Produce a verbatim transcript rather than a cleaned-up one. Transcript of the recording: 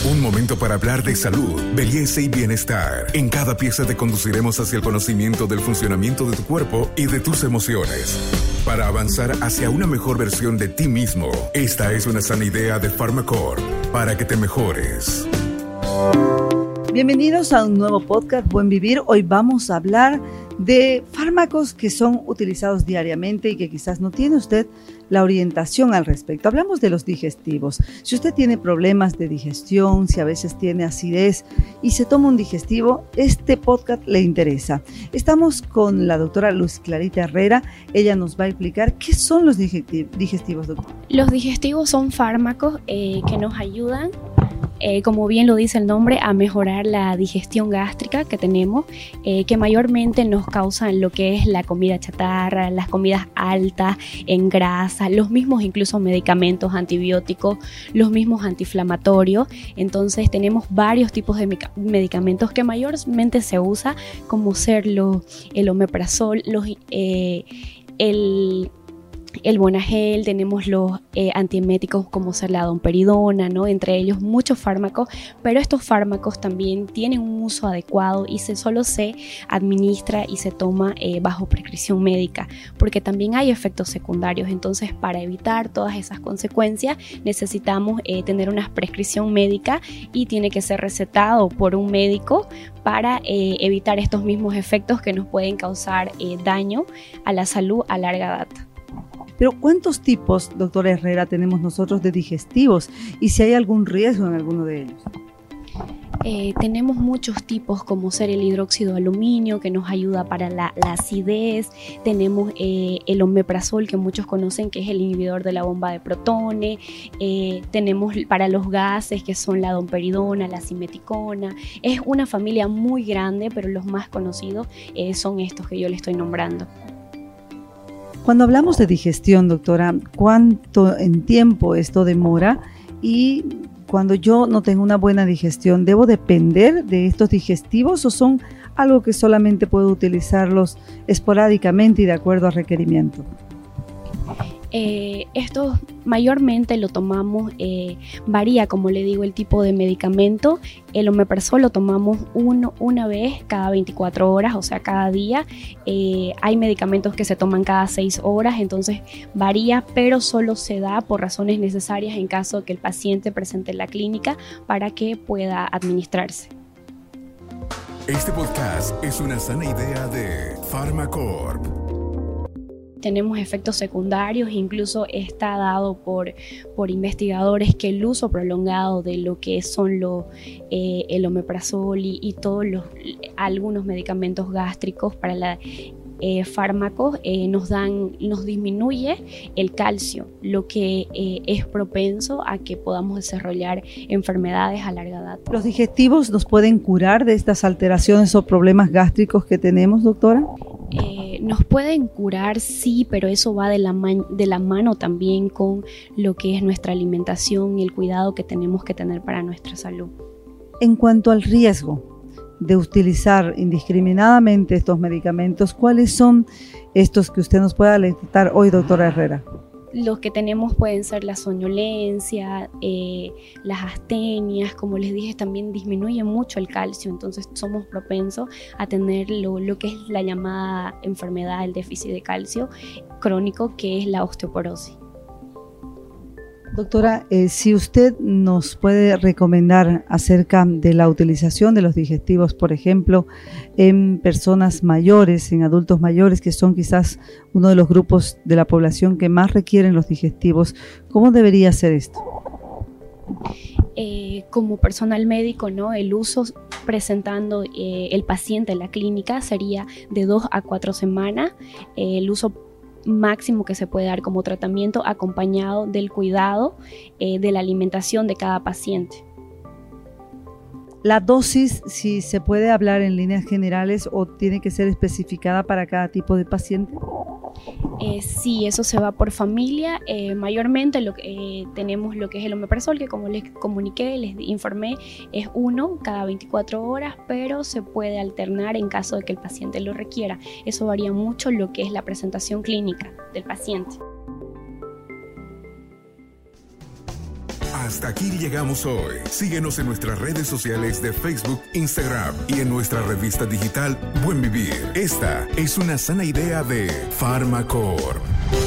Un momento para hablar de salud, belleza y bienestar. En cada pieza te conduciremos hacia el conocimiento del funcionamiento de tu cuerpo y de tus emociones. Para avanzar hacia una mejor versión de ti mismo, esta es una sana idea de Pharmacorp, para que te mejores. Bienvenidos a un nuevo podcast, Buen Vivir. Hoy vamos a hablar de fármacos que son utilizados diariamente y que quizás no tiene usted la orientación al respecto. Hablamos de los digestivos. Si usted tiene problemas de digestión, si a veces tiene acidez y se toma un digestivo, este podcast le interesa. Estamos con la doctora Luz Clarita Herrera. Ella nos va a explicar qué son los digestivos, doctora. Los digestivos son fármacos eh, que nos ayudan, Eh, como bien lo dice el nombre, a mejorar la digestión gástrica que tenemos, eh, que mayormente nos causan lo que es la comida chatarra, las comidas altas en grasa, los mismos incluso medicamentos antibióticos, los mismos antiinflamatorios. Entonces tenemos varios tipos de medicamentos que mayormente se usa, como ser los, el omeprazol, los, eh, el... el Bonagel, tenemos los eh, antieméticos como ser la domperidona, ¿no? Entre ellos muchos fármacos, pero estos fármacos también tienen un uso adecuado y se, solo se administra y se toma eh, bajo prescripción médica, porque también hay efectos secundarios. Entonces, para evitar todas esas consecuencias necesitamos eh, tener una prescripción médica y tiene que ser recetado por un médico para eh, evitar estos mismos efectos que nos pueden causar eh, daño a la salud a larga data. Pero ¿cuántos tipos, doctora Herrera, tenemos nosotros de digestivos? Y si hay algún riesgo en alguno de ellos. Eh, tenemos muchos tipos, como ser el hidróxido de aluminio, que nos ayuda para la, la acidez. Tenemos eh, el omeprazol, que muchos conocen, que es el inhibidor de la bomba de protones. Eh, tenemos para los gases, que son la domperidona, la simeticona. Es una familia muy grande, pero los más conocidos eh, son estos que yo le estoy nombrando. Cuando hablamos de digestión, doctora, ¿cuánto en tiempo esto demora? Y cuando yo no tengo una buena digestión, ¿debo depender de estos digestivos o son algo que solamente puedo utilizarlos esporádicamente y de acuerdo a requerimiento? Eh, esto mayormente lo tomamos, eh, varía, como le digo, el tipo de medicamento. El omeprazol lo tomamos uno, una vez cada veinticuatro horas, o sea, cada día. Eh, hay medicamentos que se toman cada seis horas, entonces varía, pero solo se da por razones necesarias en caso de que el paciente presente en la clínica para que pueda administrarse. Este podcast es una sana idea de Pharmacorp. Tenemos efectos secundarios, incluso está dado por, por investigadores que el uso prolongado de lo que son los, eh, el omeprazol y, y todos los, algunos medicamentos gástricos para la Eh, fármacos eh, nos dan, nos disminuye el calcio, lo que eh, es propenso a que podamos desarrollar enfermedades a larga data. ¿Los digestivos nos pueden curar de estas alteraciones o problemas gástricos que tenemos, doctora? Eh, nos pueden curar, sí, pero eso va de la, man- de la mano también con lo que es nuestra alimentación y el cuidado que tenemos que tener para nuestra salud. En cuanto al riesgo de utilizar indiscriminadamente estos medicamentos, ¿cuáles son estos que usted nos pueda alertar hoy, doctora Herrera? Los que tenemos pueden ser la somnolencia, eh, las astenias, como les dije, también disminuye mucho el calcio, entonces somos propensos a tener lo, lo que es la llamada enfermedad del déficit de calcio crónico, que es la osteoporosis. Doctora, eh, si usted nos puede recomendar acerca de la utilización de los digestivos, por ejemplo, en personas mayores, en adultos mayores, que son quizás uno de los grupos de la población que más requieren los digestivos, ¿cómo debería ser esto? Eh, como personal médico, ¿no? El uso presentando eh, el paciente en la clínica sería de dos a cuatro semanas. Eh, el uso máximo que se puede dar como tratamiento acompañado del cuidado eh, de la alimentación de cada paciente. La dosis, si se puede hablar en líneas generales o tiene que ser especificada para cada tipo de paciente. Eh, sí, eso se va por familia. Eh, mayormente lo que, eh, tenemos lo que es el omeprazol, que como les comuniqué, les informé, es uno cada veinticuatro horas, pero se puede alternar en caso de que el paciente lo requiera. Eso varía mucho lo que es la presentación clínica del paciente. Hasta aquí llegamos hoy. Síguenos en nuestras redes sociales de Facebook, Instagram y en nuestra revista digital Buen Vivir. Esta es una sana idea de Farmacorp.